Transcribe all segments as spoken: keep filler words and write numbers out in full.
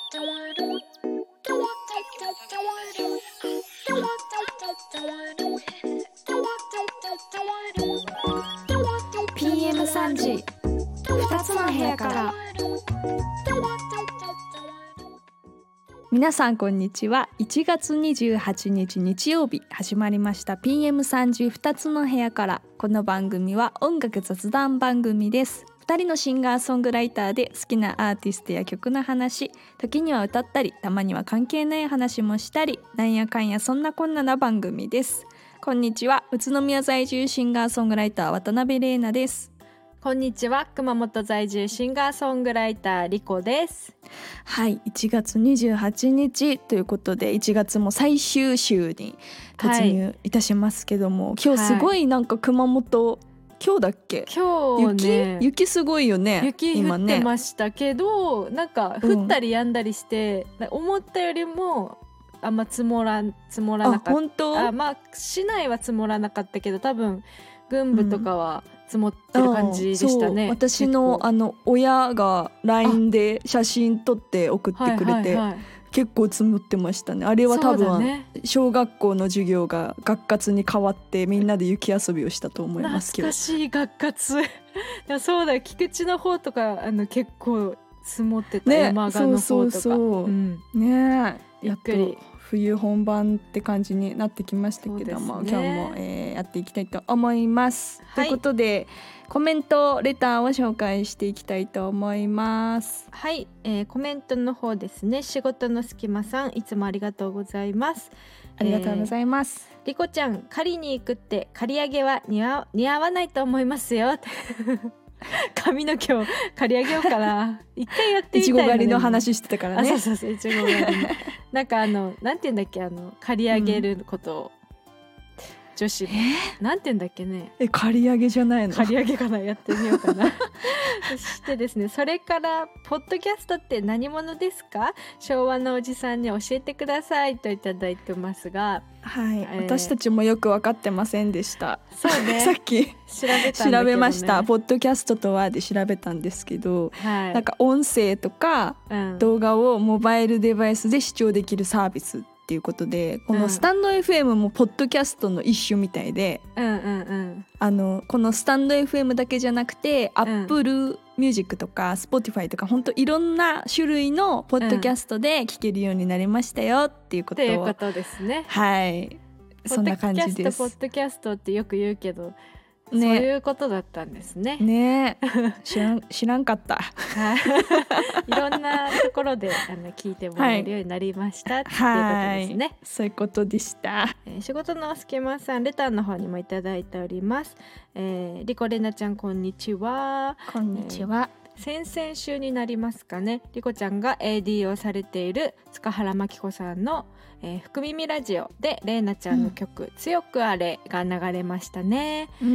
ピーエムさん 時ふたつの部屋から。皆さんこんにちは。いちがつにじゅうはちにち日曜日、始まりました ピーエムさん 時ふたつの部屋から。この番組は音楽雑談番組です。ふたりのシンガーソングライターで好きなアーティストや曲の話、時には歌ったり、たまには関係ない話もしたり、なんやかんやそんなこんなな番組です。こんにちは。宇都宮在住シンガーソングライター渡辺玲奈です。 こんにちは。熊本在住シンガーソングライターリコです。 はい、いちがつにじゅうはちにちということで、いちがつも最終週に突入いたしますけども、はい、今日すごいなんか熊本、はい、今日だっけ、 今日ね、 雪、雪すごいよね。 雪降ってましたけど、ね、なんか降ったりやんだりして、うん、思ったよりもあんま積もら積もらなかった。 あ、本当？ あ、まあ市内は積もらなかったけど、多分群部とかは積もってる感じでしたね。 うん、私のあの親が ライン で写真撮って送ってくれて、はいはいはい、結構積もってましたね。あれは多分、ね、小学校の授業が学活に変わってみんなで雪遊びをしたと思いますけど。 懐かしい学活でもそうだよ、菊池の方とかあの結構積もってた、ね、山鹿の方とか。そうそうそう、うん、ねえ、やっと冬本番って感じになってきましたけども、ね、今日も、えー、やっていきたいと思います、はい、ということでコメントレターを紹介していきたいと思います。 はい、えー、コメントの方ですね。仕事の隙間さん、いつもありがとうございます。 ありがとうございます、 えー、リコちゃん、狩りに行くって刈り上げは似合、似合わないと思いますよ髪の毛を刈り上げようかな一回やってみたい、ね、 いちご狩りの話してたからね。 あ、そうそうそう、いちご狩りなんかあのなんて言うんだっけ、あの刈り上げることを、うん、女子なんて言うんだっけね。 え、刈り上げじゃないの？ 刈り上げかな、やってみようかなそしてですね、それからポッドキャストって何者ですか？昭和のおじさんに教えてくださいといただいてますが、 はい、えー、私たちもよく分かってませんでした。 そうねさっき調べたんだけど、ね、調べました。ポッドキャストとはで調べたんですけど、はい、なんか音声とか動画をモバイルデバイスで視聴できるサービスっていうことで、このスタンド エフエム もポッドキャストの一種みたいで、うんうんうん、あのこのスタンド エフエム だけじゃなくて、うん、Apple Music とか Spotify とか本当いろんな種類のポッドキャストで聴けるようになりましたよっていうことを、 っていうことですね。 はい、そんな感じです。 ポッドキャストってよく言うけど、ね、そういうことだったんですね。 ね知らん、知らんかったいろんなところであの聞いてもらえるようになりました、はい、っていうことですね。はい、 そういうことでした、 えー、仕事の隙間さん、レターの方にもいただいております。えー、リコレナちゃん、こんにちは。 こんにちは。 えー先々週になりますかね、リコちゃんが エーディー をされている塚原真紀子さんの、えー、福耳ラジオでレイナちゃんの曲、うん、強くあれが流れましたね、うん、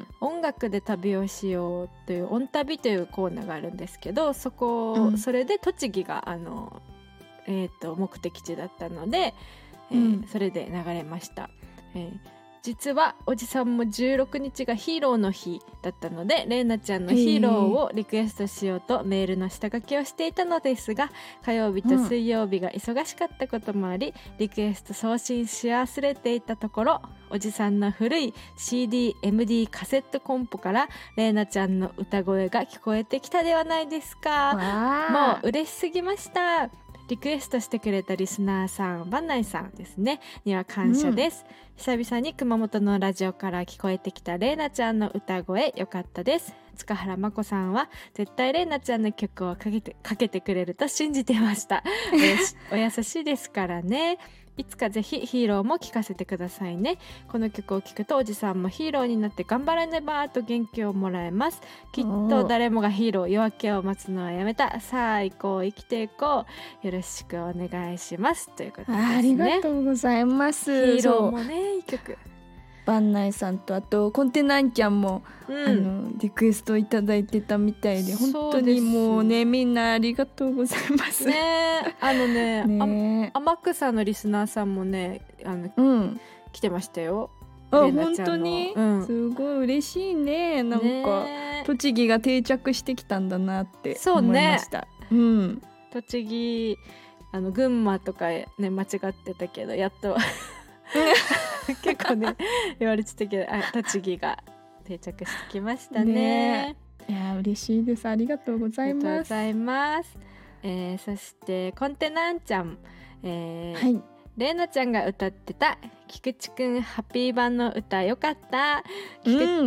音楽で旅をしようという音旅というコーナーがあるんですけど、そこ、うん、それで栃木があの、えー、と目的地だったので、えーうん、それで流れました、えー実はおじさんもじゅうろくにちがヒーローの日だったので、レイナちゃんのヒーローをリクエストしようとメールの下書きをしていたのですが、火曜日と水曜日が忙しかったこともあり、うん、リクエスト送信し忘れていたところ、おじさんの古い シーディー、エムディー カセットコンポからレイナちゃんの歌声が聞こえてきたではないですか。もう嬉しすぎました。リクエストしてくれたリスナーさん、バンナイさんですねには感謝です、うん、久々に熊本のラジオから聞こえてきたレイナちゃんの歌声良かったです。塚原真子さんは絶対レイナちゃんの曲をかけて、かけてくれると信じてましたお優しいですからね。いつかぜひヒーローも聴かせてくださいね。この曲を聴くとおじさんもヒーローになって頑張らねばと元気をもらえます。きっと誰もがヒーロー、夜明けを待つのはやめた、さあ行こう生きていこう、よろしくお願いしますということですね。 ありがとうございます。 ヒーローもね、いい曲。 バンナイさんとあとコンテナンちゃんも、うん、あのリクエストいただいてたみたいで、本当にもうね、みんなありがとうございますね。あのね、ね、あ天草のリスナーさんもね、あの、うん、来てましたよ。 あ、本当に、うん、すごい嬉しいね。なんか、ね、栃木が定着してきたんだなって思いました。そうね、うん、 栃木あの群馬とかね間違ってたけどやっと結構ね言われてたけどあ栃木が定着してきましたね。 ねいや嬉しいです。ありがとうございありがとうごます。 ざいます。えー、そしてコンテナンちゃん、えーはい。 れいなちゃんが歌ってた菊池くんハッピー版の歌よかった。菊,、 うん、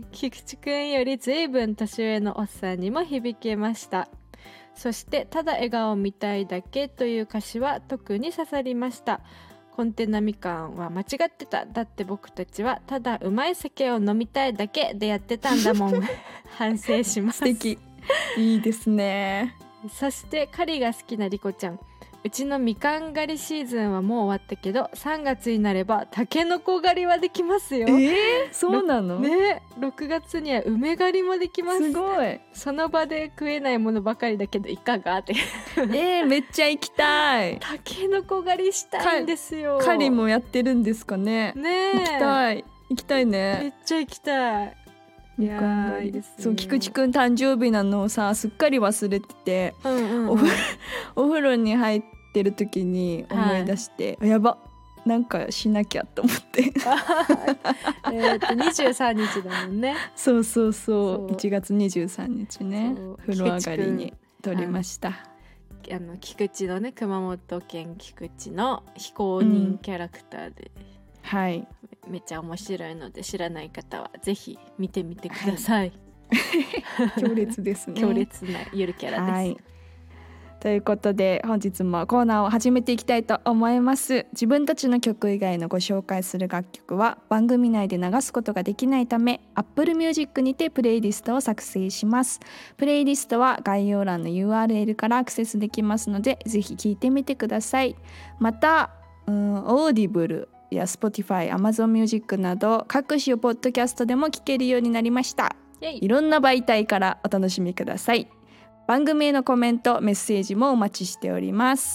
菊池くんよりずいぶん年上のおっさんにも響きました。そしてただ笑顔見たいだけという歌詞は特に刺さりました。コンテナみかんは間違ってた。だって僕たちはただうまい酒を飲みたいだけでやってたんだもん反省します。 素敵。いいですね。 そして狩りが好きなリコちゃん、うちのみかん狩りシーズンはもう終わったけどさんがつになればタケノコ狩りはできますよ。 えー、そうなの？ ね、ろくがつには梅狩りもできます。 すごい。 その場で食えないものばかりだけどいかがってえー、めっちゃ行きたい。 タケノコ狩りしたいんですよ。 狩りもやってるんですかね。 ねえ、 行きたい行きたいめね。 っちゃ行きたい。いやーいいですね。 そう菊池くん誕生日なのをさすっかり忘れてて、 うんうんうん、 お風呂お風呂に入ってる時に思い出して、はい、やばなんかしなきゃと思ってえとにじゅうさんにちだもんね。 そうそうそうそういちがつにじゅうさんにちね風呂上がりに撮りました。 あの菊池のね熊本県菊池の非公認キャラクターで、うんはい、 めっちゃ面白いので知らない方はぜひ見てみてください、 はい、強烈ですね。 強烈なゆるキャラです、はい、 ということで本日もコーナーを始めていきたいと思います。自分たちの曲以外のご紹介する楽曲は番組内で流すことができないため Apple Music にてプレイリストを作成します。プレイリストは概要欄の ユーアールエル からアクセスできますのでぜひ聴いてみてください。また、うん、Audibleや Spotify、Amazon Music など各種ポッドキャストでも聴けるようになりました。いろんな媒体からお楽しみください。番組へのコメント、メッセージもお待ちしております。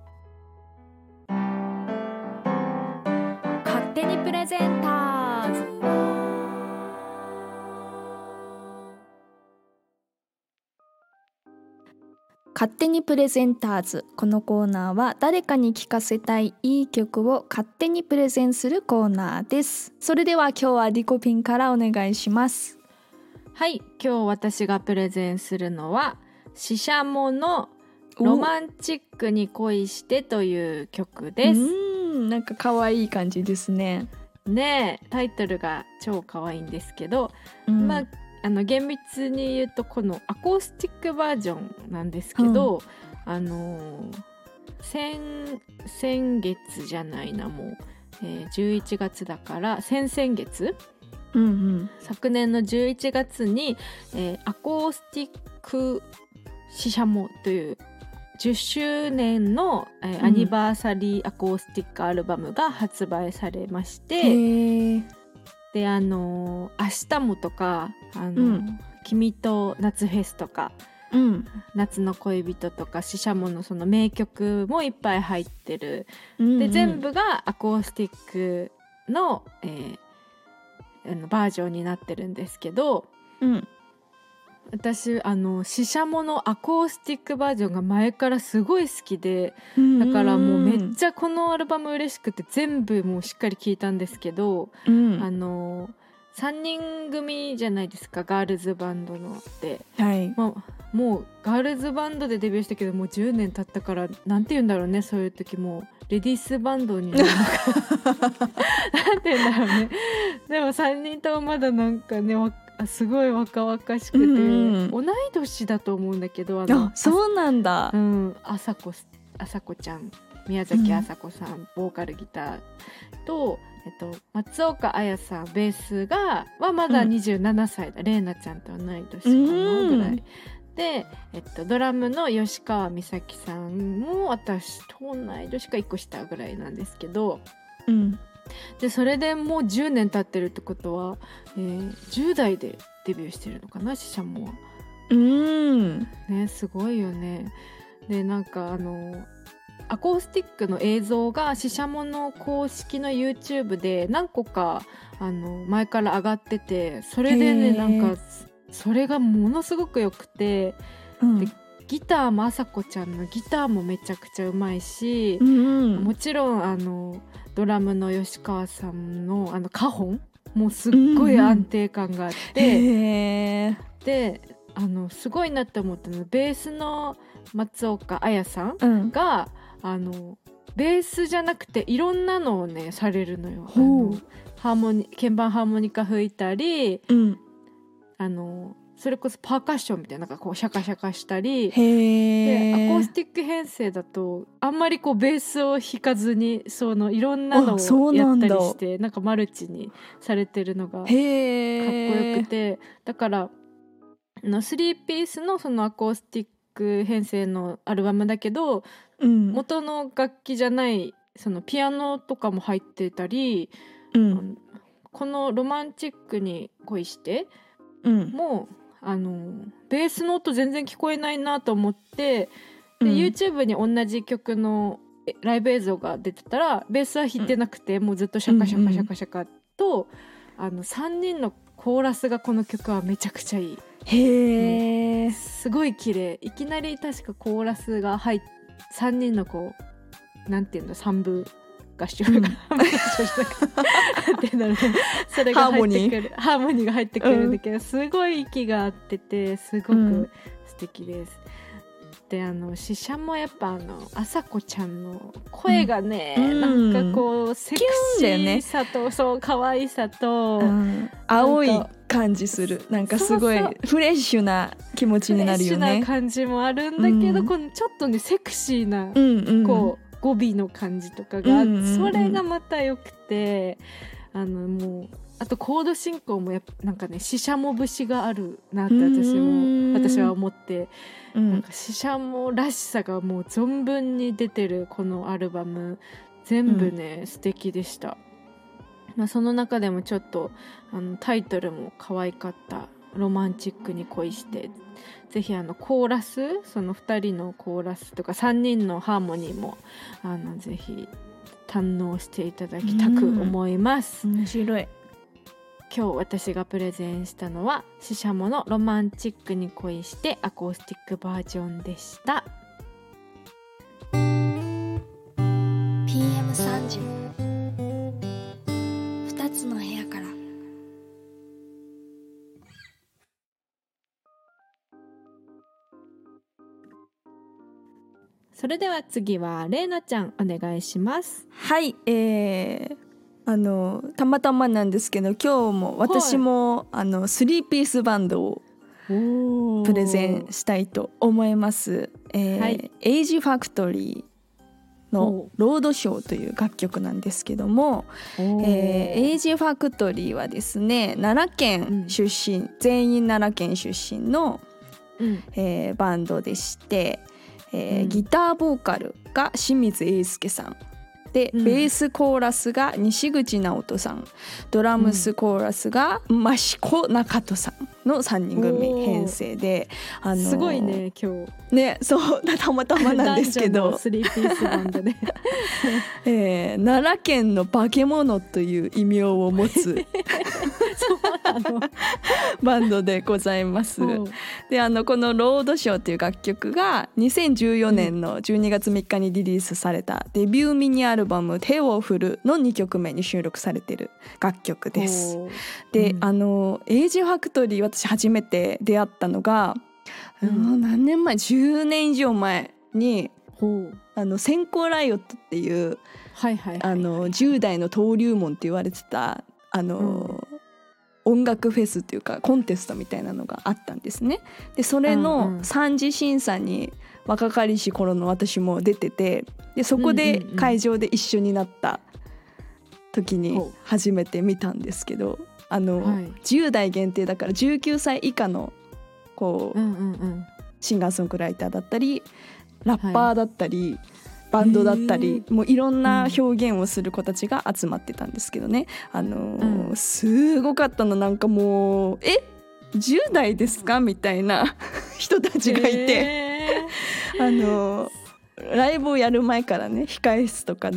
勝手にプレゼンターズ。勝手にプレゼンターズ。このコーナーは誰かに聴かせたいいい曲を勝手にプレゼンするコーナーです。それでは今日はリコピンからお願いします。 はい、今日私がプレゼンするのはシシャモのロマンチックに恋してという曲です。うーん、なんか可愛い感じですね。 ねえ、タイトルが超可愛いんですけど、 うん、 まああの厳密に言うとこのアコースティックバージョンなんですけど、うん、あの先先月じゃないなもう、えー、じゅういちがつだから先々月、 うんうん、 昨年のじゅういちがつに、えー、アコースティックシシャモというじゅっしゅうねんの、えーうん、アニバーサリーアコースティックアルバムが発売されまして、へー、であのー、明日もとかあの、うん、君と夏フェスとか、うん、夏の恋人とかシシャモのその名曲もいっぱい入ってる、うんうん、で全部がアコースティックの、えー、あのバージョンになってるんですけど、うん、私あのシシャモのアコースティックバージョンが前からすごい好きで、だからもうめっちゃこのアルバム嬉しくて全部もうしっかり聴いたんですけど、うん、あのさんにん組じゃないですかガールズバンドのって、はいまあ、もうガールズバンドでデビューしたけどもうじゅうねん経ったからなんて言うんだろうね、そういう時もうレディースバンドになるのかなんて言うんだろうね。でもさんにんともまだなんかねすごい若々しくて、うんうん、同い年だと思うんだけど、あのあそうなんだ、 うん、あさこあさこちゃん宮崎あさこさん、うん、ボーカルギターと、えっと、松岡綾さんベースがはまだにじゅうななさいだ、うん、レイナちゃんと同い年かなぐらいで、えっと、ドラムの吉川美咲さんも私と同い年かいっこ下ぐらいなんですけど、うん、でそれでもうじゅうねん経ってるってことは、えー、じゅう代でデビューしてるのかなシシャモは。うんね、すごいよね。でなんかあのアコースティックの映像がシシャモの公式の YouTube で何個かあの前から上がってて、それでねなんかそれがものすごく良くて、うん、でギターもあさこちゃんのギターもめちゃくちゃうまいし、 うん、 もちろんあのドラムの吉川さんのあのカホンもうすっごい安定感があって、 うんうん、へであのすごいなって思ったのはベースの松岡彩さんが、うん、あのベースじゃなくていろんなのをねされるのよ。あのハーモニ鍵盤ハーモニカ吹いたり、 うん、 あのそれこそパーカッションみたいな、なんかこうシャカシャカしたり、 へでアコースティック編成だとあんまりこうベースを弾かずにそのいろんなのをやったりしてなんかマルチにされてるのがかっこよくて、だからのスリーピースのそのアコースティック編成のアルバムだけど、うん、元の楽器じゃないそのピアノとかも入ってたり、うん、このロマンチックに恋してもう、うん、あのベースの音全然聞こえないなと思ってで、うん、YouTube に同じ曲のライブ映像が出てたらベースは弾いてなくて、うん、もうずっとシャカシャカシャカシャカと、うんうん、あのさんにんのコーラスがこの曲はめちゃくちゃいい。 へー、 すごい綺麗。いきなり確かコーラスが入っさんにんのこうなんていうんだ三部合唱が、うん、それが入ってくるハーモニーが入ってくるんだけど、うん、すごい息が合っててすごく素敵です、うん、であのシシャもやっぱあのあさこちゃんの声がね、うん、なんかこうセクシーさと、ね、そう可愛さと、うん、 青い感じする。なんかすごいフレッシュな気持ちになるよね。 フレッシュな感じもあるんだけど、うん、このちょっとねセクシーな、うんうん、こう語尾の感じとかが、うんうんうん、それがまたよくて、あのもうあとコード進行もやっぱなんかねシシャモ節があるなって私も私は思って、うん、なんかシシャモらしさがもう存分に出てるこのアルバム全部ね、うん、素敵でした。まあ、その中でもちょっとあのタイトルも可愛かったロマンチックに恋して、ぜひあのコーラスそのふたりのコーラスとかさんにんのハーモニーもあのぜひ堪能していただきたく思います。 面白い。 今日私がプレゼンしたのはシシャモのロマンチックに恋してアコースティックバージョンでした。 ピーエムさんじゅう ふたつの部屋から。 それでは次はレイナちゃんお願いします。 はい、えー、あのたまたまなんですけど今日も私も、はい、あのスリーピースバンドをプレゼンしたいと思います、えーはい、エイジファクトリーのロードショーという楽曲なんですけども、えー、エイジファクトリーはですね奈良県出身、うん、全員奈良県出身の、うんえー、バンドでして、えーうん、ギターボーカルが清水英介さんで、うん、ベースコーラスが西口直人さん、ドラムスコーラスが益子中人さんのさんにん組編成で、 あのー、すごいね今日ね、そうたまたまなんですけどスリーピースバンドで、 えー、奈良県の化け物という異名を持つそうなのバンドでございます。であのこのロードショーという楽曲がにせんじゅうよねんのじゅうにがつみっかにリリースされたデビューミニアルバム手を振るのにきょくめに収録されている楽曲です。で、うん、あのエイジファクトリー私初めて出会ったのが、うん、何年前じゅうねん以上前にあの先行ライオットっていう、はいはいはいはい、あのじゅう代の登竜門って言われてたあの、うん、音楽フェスっていうかコンテストみたいなのがあったんですね。でそれの三次審査に若かりし頃の私も出てて、でそこで会場で一緒になった時に初めて見たんですけど、あの、はい、じゅう代限定だからじゅうきゅうさい以下のこう、うんうんうん、シンガーソングライターだったりラッパーだったり、はい、バンドだったりもういろんな表現をする子たちが集まってたんですけどね、あのーうん、すごかったの。なんかもうえじゅう代ですかみたいな人たちがいてあのー、ライブをやる前からね控え室とかで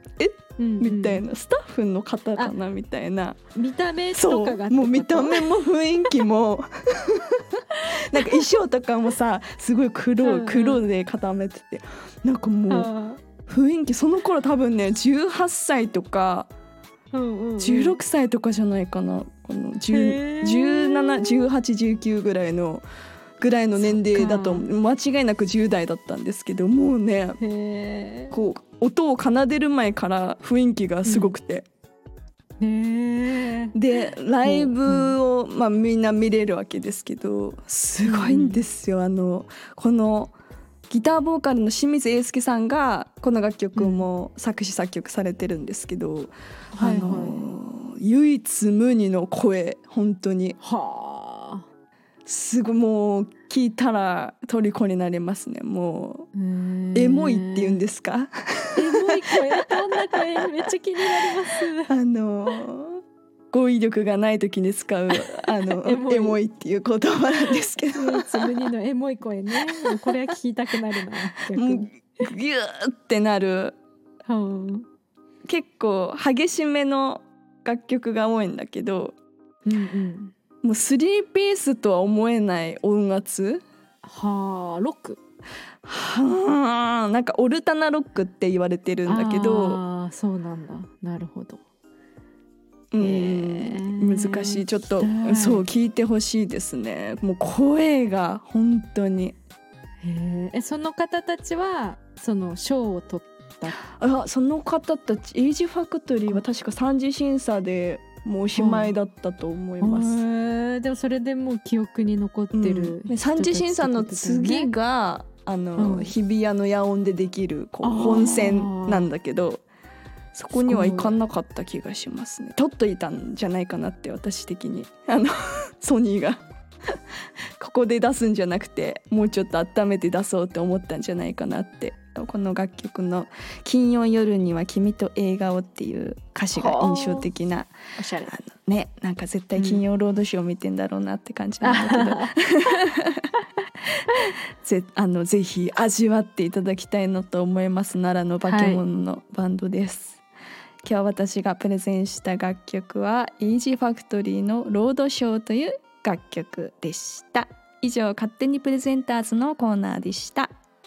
え、 うんうん、 みたいな、スタッフの方かなみたいな、 見た目とかがってこと？ そうもう見た目も雰囲気もなんか衣装とかもさすごい黒い黒で固めてて、なんかもう雰囲気その頃多分ねじゅうはっさいとか、うんうんうん、じゅうろくさいとかじゃないかな、このじゅう、じゅうなな、じゅうはち、じゅうきゅうぐらいのぐらいの年齢だと間違いなくじゅう代だったんですけど、もうねへこう音を奏でる前から雰囲気がすごくて、 うん、へでライブを、まあ、みんな見れるわけですけど、すごいんですよ、うん、あのこのギターボーカルの清水英介さんがこの楽曲も作詞作曲されてるんですけど、うん、あの、はいはい、唯一無二の声、本当にはあ、すごいもう聞いたら虜になりますね。もうエモいっていうんですかエモい声、どんな声めっちゃ気になります。 あの語彙力がない時に使うあのエモい、エモいっていう言葉なんですけど、 唯一無二のエモい声ね。これは聞きたくなるな、逆に。 もうギューってなる、うん、結構激しめの楽曲が多いんだけど、うんうん、もうスリーピースとは思えない音圧、 はあ、ロック、 はあ、なんかオルタナロックって言われてるんだけど、 ああ、そうなんだ、なるほど、 うん、難しい、ちょっとそう聞いてほしいですね。もう声が本当に。 へえ、その方たちはその賞を取った？ あ、その方たちエイジファクトリーは確か三次審査でもうおしまいだったと思います、うん、 へえ、でもそれでもう記憶に残ってる、 うん、三次審査の次があの、うん、日比谷の野音でできるこう本戦なんだけど、そこには行かなかった気がしますね。取っといたんじゃないかなって、私的にあのソニーがここで出すんじゃなくてもうちょっと温めて出そうって思ったんじゃないかなって。この楽曲の金曜夜には君と映画をっていう歌詞が印象的な、 おしゃれ、 あのね、なんか絶対金曜ロードショー見てんだろうなって感じなんだけど、うん、ぜ, あのぜひ味わっていただきたいなと思います。奈良の化け物のバンドです、はい、今日私がプレゼンした楽曲はエイジファクトリーのロードショーという楽曲でした。以上、勝手にプレゼンターズのコーナーでした。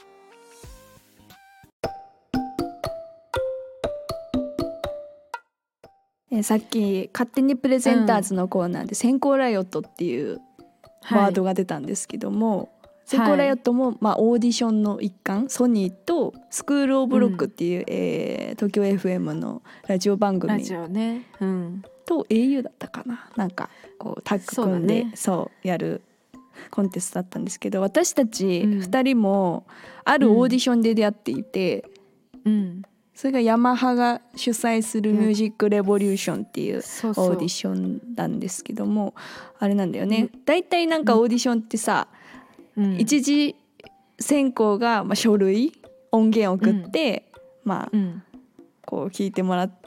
えさっき勝手にプレゼンターズのコーナーで先行ライオットっていうワードが出たんですけども、はい、先行ライオットも、まあ、オーディションの一環、ソニーとスクールオブロックっていう、うん、えー、東京 エフエム のラジオ番組ラジオね、うん、 と エーユー だったかな、なんかこうタッグ組んで そう、ね、そうやるコンテストだったんですけど、私たちふたりもあるオーディションで出会っていて、うんうん、それがヤマハが主催するミュージックレボリューションっていうオーディションなんですけども、あれなんだよね、だいたいなんかオーディションってさ、うん、一次選考がまあ書類音源を送って、うん、まあ、うん、こう聞いてもらって、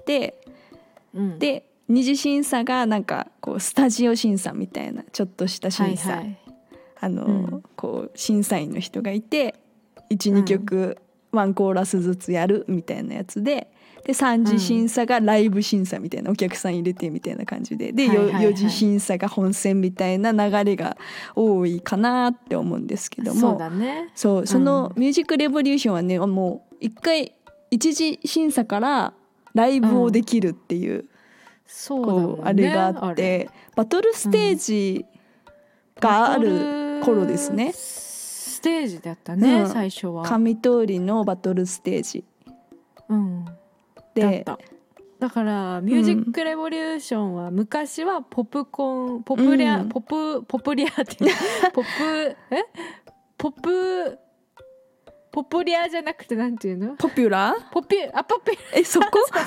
うん、で二次審査がなんかこうスタジオ審査みたいなちょっとした審査、はいはい、あの、うん、こう審査員の人がいて いち,に 曲ワンコーラスずつやるみたいなやつで、でさん次審査がライブ審査みたいな、お客さん入れてみたいな感じで、で、はいはいはい、よ次審査が本戦みたいな流れが多いかなって思うんですけども、 そうだね、 そう、そのミュージックレボリューションはね、もう一回一次審査からライブをできるっていう、うん、 そうだもんね、 こうあれがあって、バトルステージがある頃ですね、うん、 ステージだったね、うん、最初は上通りのバトルステージ、 うん、でだった。だからミュージックレボリューションは昔はポップコーンポプリア、うん、ポプポプリアってポップえポップポプリアじゃなくてなんていうの、 ポピュラーポピュあポピュえそこ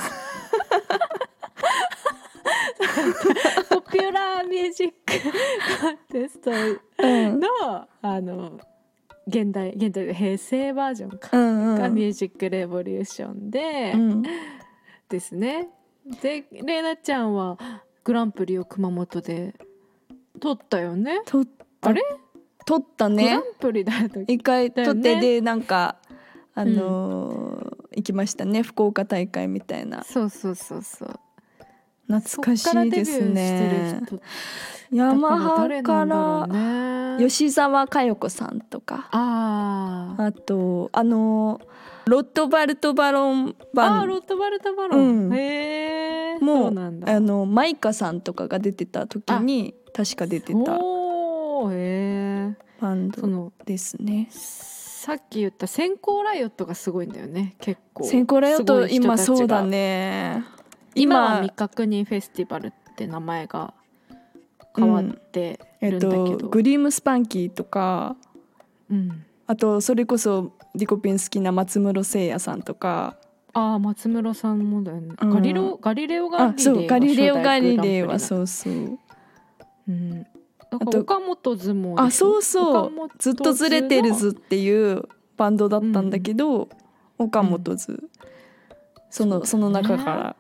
ポピュラーミュージックコンテストの、うん、あの現代現代平成バージョンか、うんうん、がミュージックレボリューションで、うん、ですね。でレイナちゃんはグランプリを熊本で取ったよね。 取ったあれ取ったね。 グランプリだと一回取って、ね、でなんかあのー行きましたね、福岡大会みたいな。 そうそうそうそう。 懐かしいですね。 そっからデビューしてる人ヤマだからハ誰なんだろうね。 吉沢佳代子さんとか、 あーあとあのロットバルトバロンバンあーロットバルトバロン、 うんへえもそううなんだ。 あのマイカさんとかが出てた時に確か出てたおーへえ。 バンドそのですね。 さっき言った先行ライオットがすごいんだよね。結構先行ライオット今そうだね。 ね。 今は未確認フェスティバルって名前が変わってるんだけど、 うんえっと、グリームスパンキーとか、 うん、 あとそれこそリコピン好きな松室聖也さんとか。 ああ松室さんもだよね、 うん、 ガリレオガリレオガリレイあそうガリレオガリレイはう、 そうそう、 うん、なんか岡本図もあそうそうずっとずれてる図っていうバンドだったんだけど、うん、岡本図、うん、そのその中から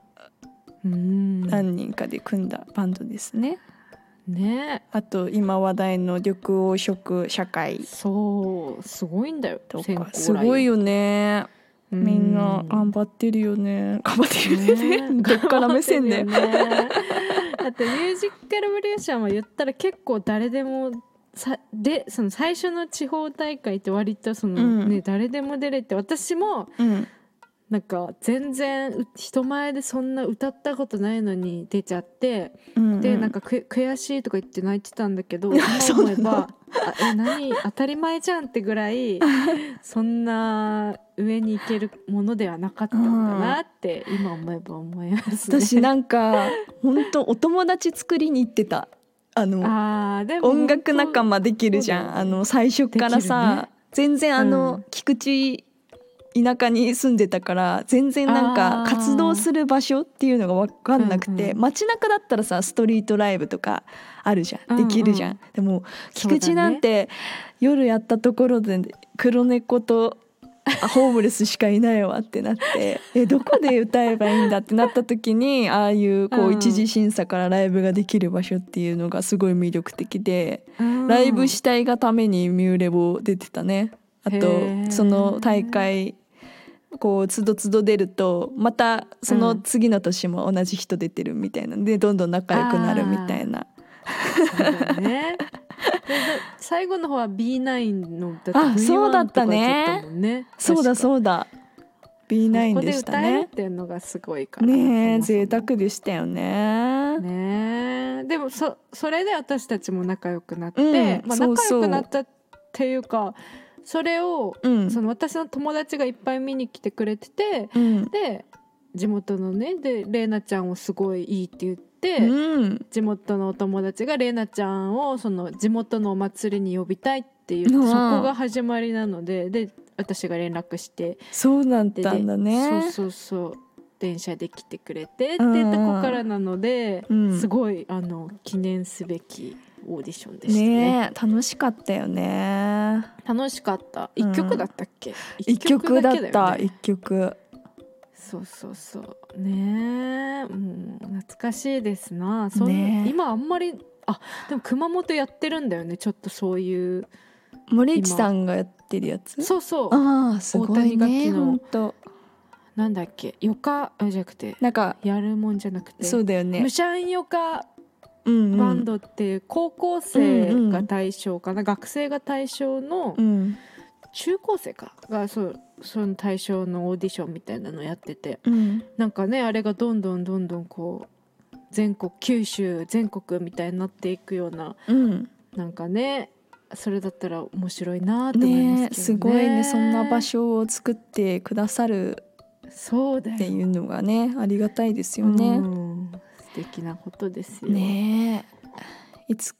何人かで組んだバンドですね。 ね、 あと今話題の緑黄色社会、 そうすごいんだよとかすごいよね。みんな頑張ってるよね。頑張ってるよね。ねどっから目線だよね。 だってミュージックレボリューションは言ったら結構誰でもさでその最初の地方大会って割とその、うんね、誰でも出れて、私も、うんなんか全然人前でそんな歌ったことないのに出ちゃって、うんうん、でなんかく悔しいとか言って泣いてたんだけど今思えばあえ何当たり前じゃんってぐらいそんな上に行けるものではなかったんだなって今思えば思いますね。 私なんか本当お友達作りに行ってた。あのあでも音楽仲間できるじゃん、ね、あの最初からさ、ね、全然あの、うん、菊池田舎に住んでたから全然なんか活動する場所っていうのが分かんなくて、うんうん、街中だったらさストリートライブとかあるじゃん、できるじゃん、うんうん、でも菊池なんて、ね、夜やったところで黒猫とホームレスしかいないわってなってえどこで歌えばいいんだってなった時にああいうこう一次審査からライブができる場所っていうのがすごい魅力的で、うん、ライブしたいがためにミューレボ出てたね。あとその大会こうつどつど出るとまたその次の年も同じ人出てるみたいなので、うん、どんどん仲良くなるみたいな。 そうだね最後の方は ビーナイン のだって ブイワンあそうだったね。 ねそうだそうだ ビーナイン でしたね。 ここで歌えるっていうのがすごいからねえ贅沢でしたよね。 ねでも そ, それで私たちも仲良くなって、うんまあ、仲良くなったっていうかそれを、うん、その私の友達がいっぱい見に来てくれてて、うん、で地元のねでレイナちゃんをすごいいいって言って、うん、地元のお友達がレイナちゃんをその地元のお祭りに呼びたいって言って、うん、そこが始まりなのでで私が連絡してそうなんだね。 そうそうそう電車で来てくれてって言った子からなので、うん、すごいあの記念すべきオーディションでした ね, ね楽しかったよね。 楽しかった。一曲だったっけ、うん、 一曲だった一曲。 そうそうそうねえもう懐かしいですな。そん、ね、今あんまりあでも熊本やってるんだよねちょっとそういう森内さんがやってるやつ。 そうそうあすごいね本当なんだっけよかあじゃなくてなんかやるもんじゃなくてそうだよねむしゃんよかバンドって高校生が対象かな、うんうん、学生が対象の、うん、中高生かがそうその対象のオーディションみたいなのやってて、うん、なんかねあれがどんどんどんどんこう全国九州全国みたいになっていくような、うん、なんかねそれだったら面白いなって思いますけどね。 ねすごいねそんな場所を作ってくださるっていうのがねありがたいですよね。 うん素敵なことですよねえいつ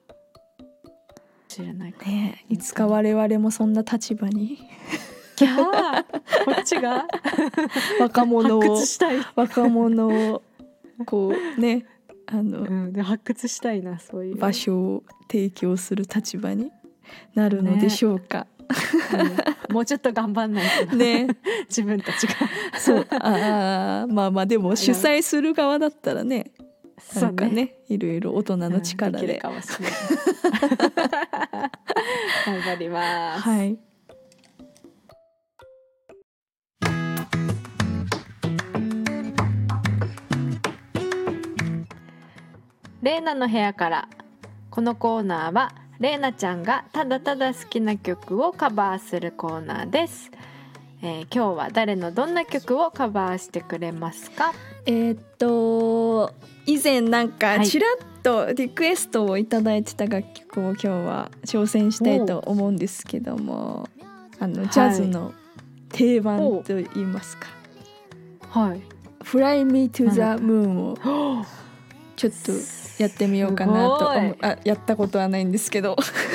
知らないか、 ね、いつか我々もそんな立場にキャーこっちが若者を発掘したい若者をこうねあの、 うん、で発掘したいなそういう場所を提供する立場になるのでしょうか、ねうん、もうちょっと頑張んないとね自分たちがそうあまあまあでも主催する側だったらねなんか ね, ねいろいろ大人の力で、うん、できるかもしれない頑張ります。 はいレイナの部屋から。このコーナーはレイナちゃんがただただ好きな曲をカバーするコーナーです。えー、今日は誰のどんな曲をカバーしてくれますか？ えー、っと以前なんかちらっとリクエストをいただいてた楽曲を今日は挑戦したいと思うんですけども、あのジャズの定番と言いますか、 はい、 Fly Me to the Moon をちょっとやってみようかなと思う。あ、やったことはないんですけど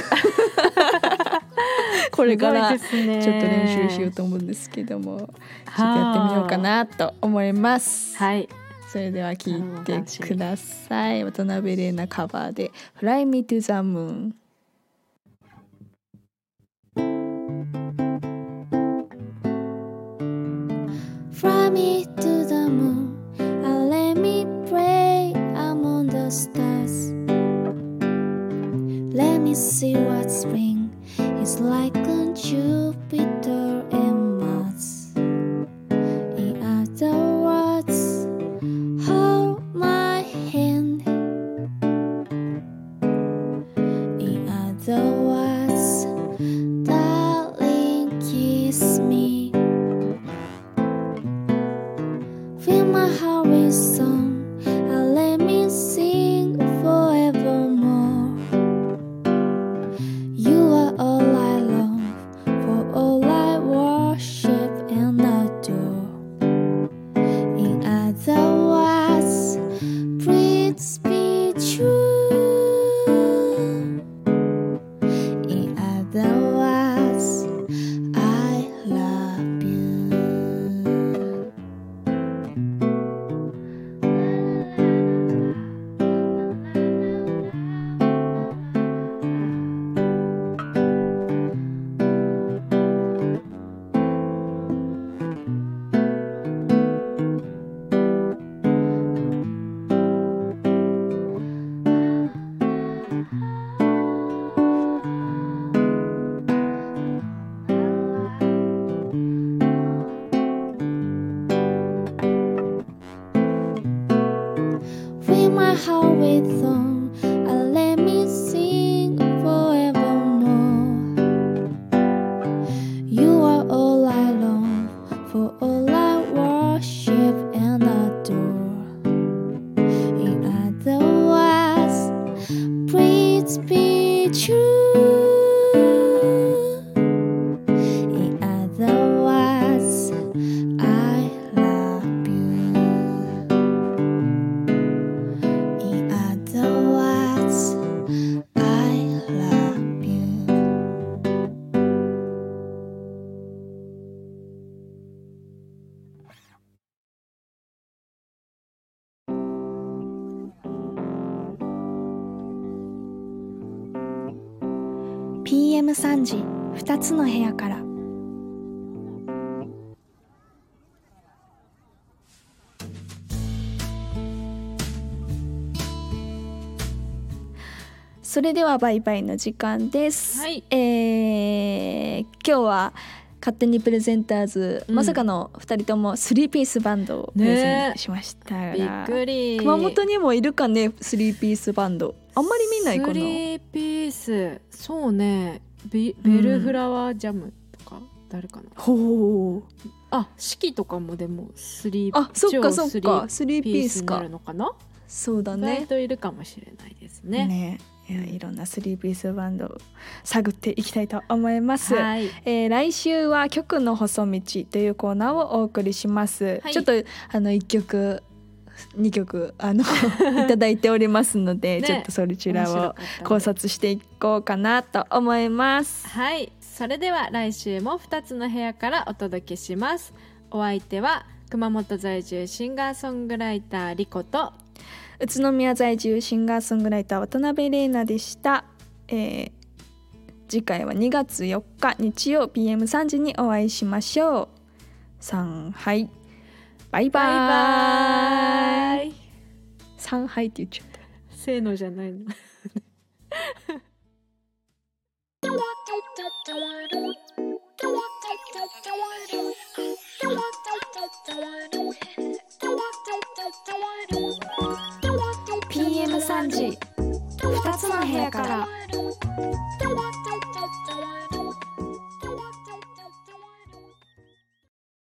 これからちょっと練習しようと思うんですけども、ちょっとやってみようかなと思います。 はい、 それでは聴いてください。渡辺玲奈カバーで Fly Me to the Moon。 Fly me to the moon and let me pray among the stars. Let me see what spring is like on Jupiter and Mars. In other words, hold my hand. In other words, darling, kiss me. Fill my heart with song and let me sing forevermore. You are all I long for, all I worship and adore. In other words, please be true. In other words, I love you. Fill my heart with song and let me sing forevermore. You are all I long for, all I worship and adore. In other words, please be true. In other words, I love you. In other words, I love you. ピーエムさん 時ふたつの部屋から。それではバイバイの時間です、 はい、 えー、今日は勝手にプレゼンターズ、うん、まさかのふたりともスリーピースバンドをプレゼンしましたが、 ね、びっくり。 熊本にもいるかね、スリーピースバンド。あんまり見ないかな。 スリーピース、そうね、ベルフラワージャムとか、うん、誰かな。 ほう、 あ、四季とかもでもスリー、 あ、そっかそっか、スリーピースか。 になるのかな。 そうだね。 意外といるかもしれないですね。 ね、いや、いろんなスリーピースバンドを探っていきたいと思います、 はい、 えー、来週は曲の細道というコーナーをお送りします、はい、ちょっとあのいっきょくにきょくあのいただいておりますので、ね、ちょっとそちらを考察していこうかなと思います。 はい、それでは来週もふたつの部屋からお届けします。お相手は熊本在住シンガーソングライターリコと宇都宮在住シンガーソングライター渡辺玲奈でした、えー、次回はにがつよっか日曜 ピーエムさん 時にお会いしましょう。上海バイバイ、 バイバイ。 上海って言っちゃった。 せーのじゃないのピーエムさん 時部屋から。